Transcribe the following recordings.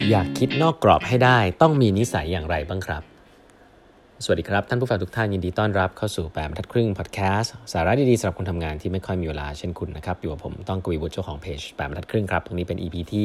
อยากคิดนอกกรอบให้ได้ต้องมีนิสัยอย่างไรบ้างครับสวัสดีครับท่านผู้ฟังทุกท่านยินดีต้อนรับเข้าสู่8 บรรทัดครึ่งพอดแคสต์สาระดีๆสำหรับคนทำงานที่ไม่ค่อยมีเวลาเช่นคุณนะครับอยู่กับผมต้องกวีวุฒิเจ้าของเพจ8 บรรทัดครึ่งครับตรงนี้เป็น EP ที่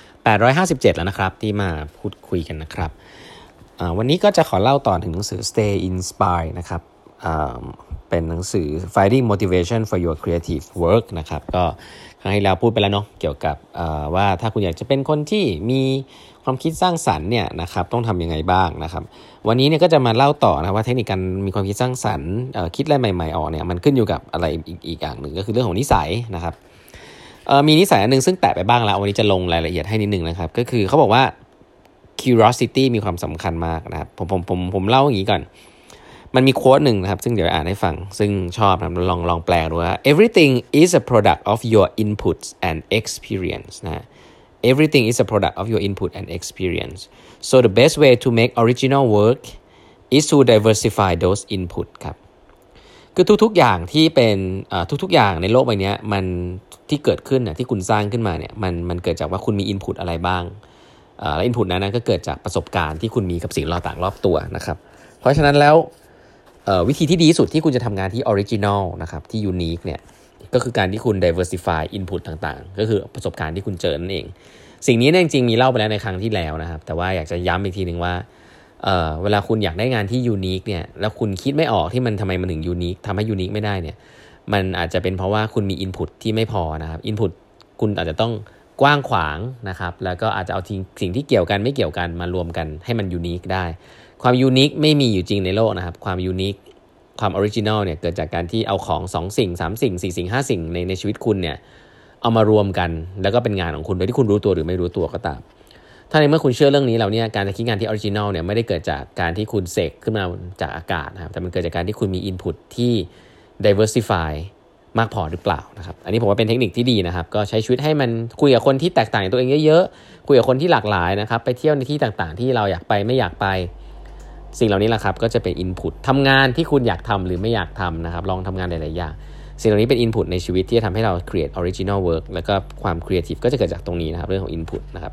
857แล้วนะครับที่มาพูดคุยกันนะครับวันนี้ก็จะขอเล่าต่อถึงหนังสือ Stay Inspired นะครับเป็นหนังสือ Finding Motivation for Your Creative Work นะครับก็ครั้งที่แล้วพูดไปแล้วเนาะเกี่ยวกับว่าถ้าคุณอยากจะเป็นคนที่มีความคิดสร้างสรรค์เนี่ยนะครับต้องทำยังไงบ้างนะครับวันนี้เนี่ยก็จะมาเล่าต่อนะว่าเทคนิคการมีความคิดสร้างสรรค์คิดอะไรใหม่ๆออกเนี่ยมันขึ้นอยู่กับอะไรอีกอย่างหนึ่งก็คือเรื่องของนิสัยนะครับมีนิสัยอันนึงซึ่งแตะไปบ้างแล้ววันนี้จะลงรายละเอียดให้นิดนึงนะครับก็คือเขาบอกว่า curiosity มีความสำคัญมากนะครับผมเล่าอย่างนี้ก่อนมันมีโค้ดหนึ่งนะครับซึ่งเดี๋ยวอ่านให้ฟังซึ่งชอบนะลองแปลดูว่า everything is a product of your inputs and experience นะ everything is a product of your input and experience so the best way to make original work is to diversify those input ครับคือทุกๆอย่างที่เป็นทุกๆอย่างในโลกใบนี้มันที่เกิดขึ้นนะที่คุณสร้างขึ้นมาเนี่ยมันเกิดจากว่าคุณมี input อะไรบ้างและ input นั้นก็เกิดจากประสบการณ์ที่คุณมีกับสิ่งต่างๆรอบตัวนะครับเพราะฉะนั้นแล้ววิธีที่ดีที่สุดที่คุณจะทำงานที่ original นะครับที่ unique เนี่ยก็คือการที่คุณ diversify input ต่างๆก็คือประสบการณ์ที่คุณเจอนั่นเองสิ่งนี้เนี่ยจริงๆมีเล่าไปแล้วในครั้งที่แล้วนะครับแต่ว่าอยากจะย้ำอีกทีนึงว่าเวลาคุณอยากได้งานที่ unique เนี่ยแล้วคุณคิดไม่ออกที่มันทำไมมันถึง unique ทำให้ unique ไม่ได้เนี่ยมันอาจจะเป็นเพราะว่าคุณมี input ที่ไม่พอนะครับ input คุณอาจจะต้องกว้างขวางนะครับแล้วก็อาจจะเอาสิ่งที่เกี่ยวกันไม่เกี่ยวกันมารวมกันให้มัน unique ได้ความ unique ไม่มีอยู่จริงในโลกนะครับความ unique ความ original เนี่ยเกิดจากการที่เอาของ2สิ่ง3สิ่ง4สิ่ง5สิ่งในชีวิตคุณเนี่ยเอามารวมกันแล้วก็เป็นงานของคุณโดยที่คุณรู้ตัวหรือไม่รู้ตัวก็ตามถ้าในเมื่อคุณเชื่อเรื่องนี้แล้วเนี่ยการจะคิดงานที่ original เนี่ยไม่ได้เกิดจากการที่คุณเสกขึ้นมาจากอากาศนะครับแต่มันเกิดจากการที่คุณมี input ที่ diversify มากพอหรือเปล่านะครับอันนี้ผมว่าเป็นเทคนิคที่ดีนะครับก็ใช้ชีวิตให้มันคุยกับคนที่แตกต่างจากตัวเองเยอะๆคุยกับคนที่หลากหลายนะครับไปเที่ยวในที่ต่างๆที่เราอยากไปไม่อยากไปสิ่งเหล่านี้แหละครับก็จะเป็น input ทำงานที่คุณอยากทำหรือไม่อยากทำนะครับลองทำงานหลายๆอย่างสิ่งเหล่านี้เป็น input ในชีวิตที่จะทำให้เรา create original work แล้วก็ความ creative ก็จะเกิดจากตรงนี้นะครับเรื่องของ input นะครับ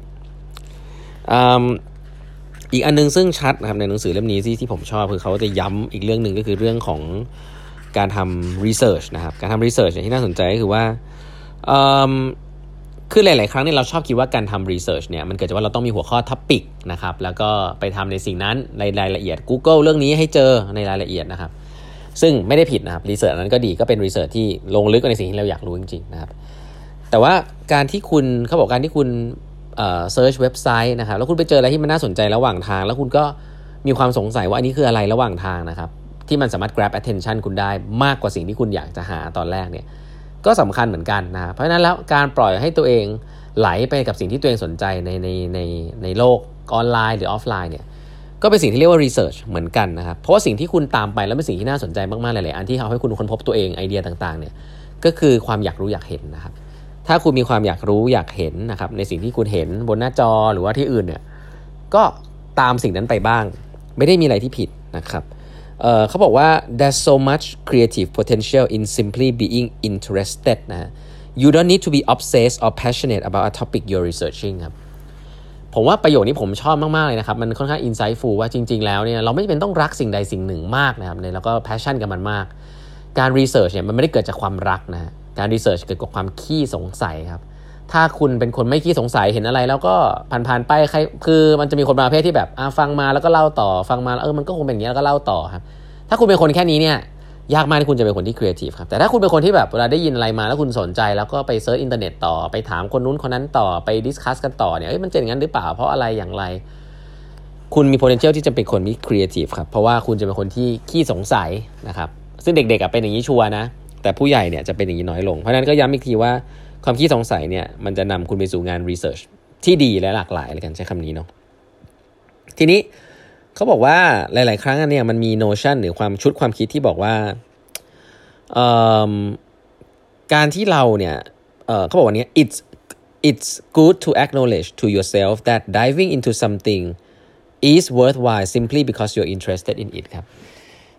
อีกอันนึงซึ่งชัดนะครับในหนังสือเล่มนี้ที่ผมชอบคือเขาจะย้ำอีกเรื่องนึงก็คือเรื่องของการทำ research นะครับการทำ research ที่น่าสนใจก็คือว่าคือหลายๆครั้งเนี่ยเราชอบคิดว่าการทำ research เนี่ยมันเกิดจากว่าเราต้องมีหัวข้อ topic นะครับแล้วก็ไปทำในสิ่งนั้นในรายละเอียด Google เรื่องนี้ให้เจอในรายละเอียดนะครับซึ่งไม่ได้ผิดนะครับ research นั้นก็ดีก็เป็น research ที่ลงลึกในสิ่งที่เราอยากรู้จริงๆนะครับแต่ว่าการที่คุณเขาบอกการที่คุณsearch เว็บไซต์นะครับแล้วคุณไปเจออะไรที่มันน่าสนใจระหว่างทางแล้วคุณก็มีความสงสัยว่าอันนี้คืออะไรระหว่างทางนะครับที่มันสามารถ grab attention คุณได้มากกว่าสิ่งที่คุณอยากจะหาตอนแรกเนี่ยก็สำคัญเหมือนกันนะเพราะฉะนั้นแล้วการปล่อยให้ตัวเองไหลไปกับสิ่งที่ตัวเองสนใจในโลกออนไลน์หรือออฟไลน์เนี่ยก็เป็นสิ่งที่เรียกว่า research เหมือนกันนะครับเพราะว่าสิ่งที่คุณตามไปแล้วเป็นสิ่งที่น่าสนใจมากๆหลายๆอันที่ทำให้คุณค้นพบตัวเองไอเดียต่างๆเนี่ยก็คือความอยากรู้อยากเห็นนะครับถ้าคุณมีความอยากรู้อยากเห็นนะครับในสิ่งที่คุณเห็นบนหน้าจอหรือว่าที่อื่นเนี่ยก็ตามสิ่งนั้นไปบ้างไม่ได้มีอะไรที่ผิดนะครับเขาบอกว่า there's so much creative potential in simply being interested นะ you don't need to be obsessed or passionate about a topic you're researching ครับผมว่าประโยคนี้ผมชอบมากๆเลยนะครับมันค่อนข้าง insightful ว่าจริงๆแล้วเนี่ยเราไม่จำเป็นต้องรักสิ่งใดสิ่งหนึ่งมากนะครับแล้วก็ passion กับมันมากการ research เนี่ยมันไม่ได้เกิดจากความรักนะการ research เกิดจากความขี้สงสัยครับถ้าคุณเป็นคนไม่ขี้สงสัยเห็นอะไรแล้วก็ผ่านไปใครคือมันจะมีคนประเภทที่แบบฟังมาแล้วก็เล่าต่อฟังมามันก็คงเป็นอย่างนี้แล้วก็เล่าต่อครับถ้าคุณเป็นคนแค่นี้เนี่ยยากมากที่คุณจะเป็นคนที่ครีเอทีฟครับแต่ถ้าคุณเป็นคนที่แบบเวลาได้ยินอะไรมาแล้วคุณสนใจแล้วก็ไปเซิร์ชอินเทอร์เน็ตต่อไปถามคนนู้นคนนั้นต่อไปดิสคัสกันต่อเนี่ยมันจะอย่างนั้นหรือเปล่าเพราะอะไรอย่างไรคุณมี potential ที่จะเป็นคนที่ครีเอทีฟครับเพราะว่าคุณจะเป็นคนที่ขี้สงสัยนะครับซึ่งเด็กๆเป็นอย่างนี้ชัวร์นะแต่ผู้ใหญ่เนี่ยจะเป็นอย่างนี้น้อยลงเพราะฉะนั้นก็ย้ำอีกทีว่าความขี้สงสัยเนี่ยมันจะนำคุณไปสู่งาน research ที่ดีและหลากหลายเลยกันใช้คำนี้เนาะทีนี้เขาบอกว่าหลายๆครั้งเนี่ยมันมี notion หรือความคิดที่บอกว่าการที่เราเนี่ยเขาบอกว่าเนี่ย it's good to acknowledge to yourself that diving into something is worthwhile simply because you're interested in it ครับ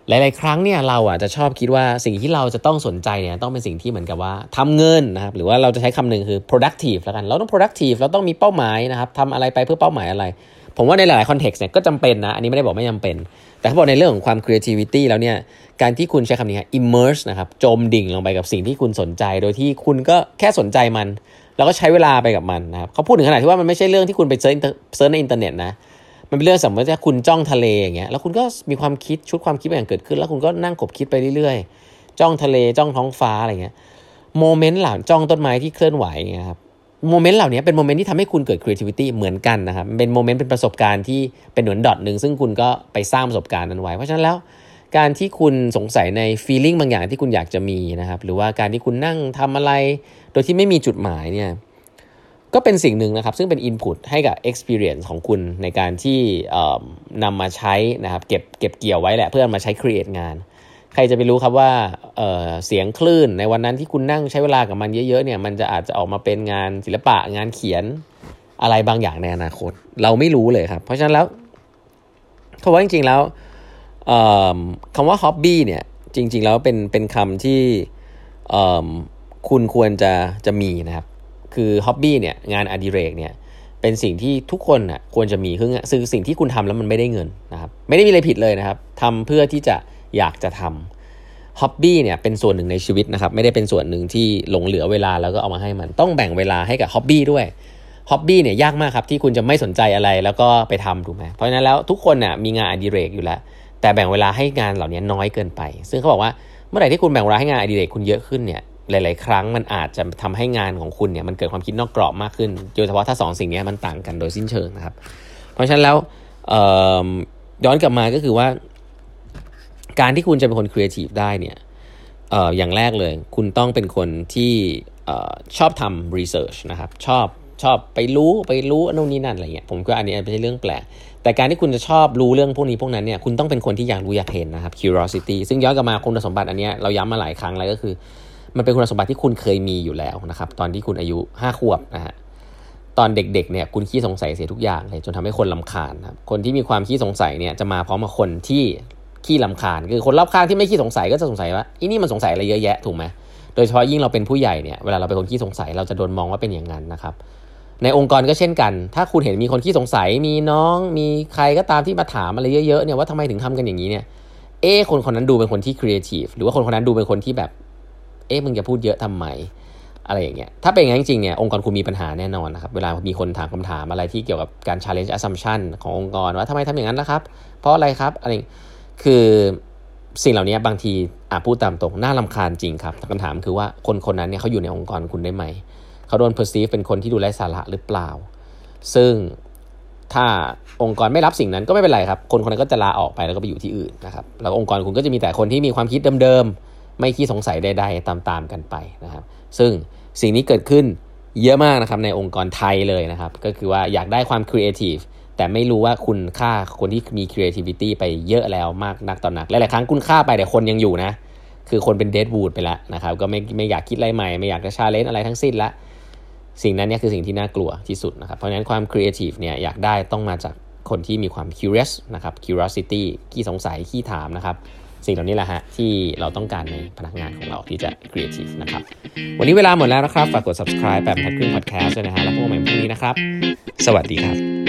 หลายๆครั้งเนี่ยเราจะชอบคิดว่าสิ่งที่เราจะต้องสนใจเนี่ยต้องเป็นสิ่งที่เหมือนกับว่าทำเงินนะครับหรือว่าเราจะใช้คำหนึ่งคือ productive แล้วกันเราต้อง productive เราต้องมีเป้าหมายนะครับทำอะไรไปเพื่อเป้าหมายอะไรผมว่าในหลายๆ context เนี่ยก็จำเป็นนะอันนี้ไม่ได้บอกไม่จำเป็นแต่ถ้าบอกในเรื่องของความ creativity แล้วเนี่ยการที่คุณใช้คำนี้ immerse นะครับจมดิ่งลงไปกับสิ่งที่คุณสนใจโดยที่คุณก็แค่สนใจมันแล้วก็ใช้เวลาไปกับมันนะครับเขาพูดถึงขนาดที่ว่ามันไม่ใช่เรื่องที่คุณไปเซิร์ชในอินเทอร์เน็ตนะมันเป็นเรื่องสมมติว่าคุณจ้องทะเลอย่างเงี้ยแล้วคุณก็มีความคิดชุดความคิดอย่างเกิดขึ้นแล้วคุณก็นั่งขบคิดไปเรื่อยๆจ้องทะเลจ้องท้องฟ้าอะไรเงี้ยโมเมนต์เหล่าจ้องต้นไม้ที่เคลื่อนไหวเงี้ยครับโมเมนต์เหล่านี้เป็นโมเมนต์ที่ทำให้คุณเกิด creativity เหมือนกันนะครับเป็นโมเมนต์เป็นประสบการณ์ที่เป็นเหมือนดอทนึงซึ่งคุณก็ไปสร้างประสบการณ์นั้นไว้เพราะฉะนั้นแล้วการที่คุณสงสัยใน feeling บางอย่างที่คุณอยากจะมีนะครับหรือว่าการที่คุณนั่งทำอะไรโดยที่ไม่มีจุดหมายเนี่ยก็เป็นสิ่งหนึ่งนะครับซึ่งเป็น input ให้กับ experience ของคุณในการที่นำมาใช้นะครับเก็บเกี่ยวไว้แหละเพื่อมาใช้ create งานใครจะไปรู้ครับว่าเสียงคลื่นในวันนั้นที่คุณนั่งใช้เวลากับมันเยอะๆเนี่ยมันจะอาจจะออกมาเป็นงานศิลปะงานเขียนอะไรบางอย่างในอนาคตเราไม่รู้เลยครับเพราะฉะนั้นแล้วเพราะว่าจริงๆแล้วคำว่า hobby เนี่ยจริงๆแล้วเป็นคำที่คุณควรจะมีนะครับคือ hobby เนี่ยงานอดิเรกเนี่ยเป็นสิ่งที่ทุกคนควรจะมีคือสิ่งที่คุณทำแล้วมันไม่ได้เงินนะครับไม่ได้มีอะไรผิดเลยนะครับทำเพื่อที่จะอยากจะทำฮ็อบบี้เนี่ยเป็นส่วนหนึ่งในชีวิตนะครับไม่ได้เป็นส่วนหนึ่งที่หลงเหลือเวลาแล้วก็เอามาให้มันต้องแบ่งเวลาให้กับฮ็อบบี้ด้วยฮ็อบบี้เนี่ยยากมากครับที่คุณจะไม่สนใจอะไรแล้วก็ไปทำถูกไหมเพราะฉะนั้นแล้วทุกคนมีงานอดิเรกอยู่แล้วแต่แบ่งเวลาให้งานเหล่านี้น้อยเกินไปซึ่งเขาบอกว่าเมื่อไหร่ที่คุณแบ่งเวลาให้งานอดิเรกคุณเยอะขึ้นเนี่ยหลายๆครั้งมันอาจจะทำให้งานของคุณเนี่ยมันเกิดความคิดนอกกรอบมากขึ้นโดยเฉพาะถ้า2สิ่งนี้มันต่างกันโดยสิ้นเชิงนะครับเพราะฉะนั้นแล้วย้อนกลับมาก็คือว่าการที่คุณจะเป็นคนครีเอทีฟได้เนี่ยอย่างแรกเลยคุณต้องเป็นคนที่ชอบทำรีเสิร์ชนะครับชอบไปรู้นู่นนี่นั่นอะไรเงี้ยผมก็อันนี้ไม่ใช่เรื่องแปลกแต่การที่คุณจะชอบรู้เรื่องพวกนั้นเนี่ยคุณต้องเป็นคนที่อยากรู้อยากเห็นนะครับ curiosity ซึ่งย้อนกลับมาคุณสมบัติอันนี้เราย้ำมาหลายครั้งแล้วก็คือมันเป็นคุณสมบัติที่คุณเคยมีอยู่แล้วนะครับตอนที่คุณอายุ5 ขวบนะฮะตอนเด็กๆเนี่ยคุณขี้สงสัยเสียทุกอย่างเลยจนทำให้คนรำคาญครับคนที่มีความขี้สงสัยเนี่ยจะมาพร้อมกับคนที่ขี้รำคาญคือคนรอบข้างที่ไม่ขี้สงสัยก็จะสงสัยว่าอีนี่มันสงสัยอะไรเยอะแยะถูกไหมโดยเฉพาะยิ่งเราเป็นผู้ใหญ่เนี่ยเวลาเราเป็นคนขี้สงสัยเราจะโดนมองว่าเป็นอย่างนั้นนะครับในองค์กรก็เช่นกันถ้าคุณเห็นมีคนขี้สงสัยมีน้องมีใครก็ตามที่มาถามอะไรเยอะๆเนี่ยว่าทำไมถึงทำกันอย่างนี้เนี่ยคนนั้นดูเป็นคนที่ครีเอทีฟหรือว่าคนนั้นดูเป็นคนที่แบบมึงจะพูดเยอะทำไมอะไรอย่างเงี้ยถ้าเป็นอย่างนั้นจริงๆเนี่ยองค์กรคุณมีปัญหาแน่นอนนะครับเวลามีคนถามคำถามอะไรที่เกี่ยวกับการ challenge assumption ขององค์กรว่าทำไมทำอย่างนั้นล่ะครับเพราะอะไรครับอะไรคือสิ่งเหล่านี้บางทีพูดตามตรงน่ารำคาญจริงครับคำถามคือว่าคนนั้นเนี่ยเขาอยู่ในองค์กรคุณได้ไหมเขาโดน perceive เป็นคนที่ดูไร้สาระหรือเปล่าซึ่งถ้าองค์กรไม่รับสิ่งนั้นก็ไม่เป็นไรครับคนนั้นก็จะลาออกไปแล้วก็ไปอยู่ที่อื่นนะครับแล้วองค์กรคุณก็จะมีแต่คนที่มีความคิดเดิมๆไม่ขี้สงสัยใดๆตามๆกันไปนะครับซึ่งสิ่งนี้เกิดขึ้นเยอะมากนะครับในองค์กรไทยเลยนะครับก็คือว่าอยากได้ความครีเอทีฟแต่ไม่รู้ว่าคุณค่าคนที่มี creativity ไปเยอะแล้วมากนักต่อนักหลายๆครั้งคุณค่าไปแต่คนยังอยู่นะคือคนเป็น dead wood ไปแล้วนะครับก็ไม่อยากคิดอะไรใหม่ไม่อยากจะ challenge อะไรทั้งสิ้นละสิ่งนั้นเนี่ยคือสิ่งที่น่ากลัวที่สุดนะครับเพราะฉะนั้นความ creative เนี่ยอยากได้ต้องมาจากคนที่มีความ curious นะครับ curiosity ขี้สงสัยขี้ถามนะครับสิ่งเหล่านี้แหละฮะที่เราต้องการในพนักงานของเราที่จะ creative นะครับวันนี้เวลาหมดแล้วนะครับฝากกด subscribe แบบทัดครึ่ง podcast ด้วยนะฮะแล้วพบกันใหม่พรุ่งนี้นะครับสวัสดีครับ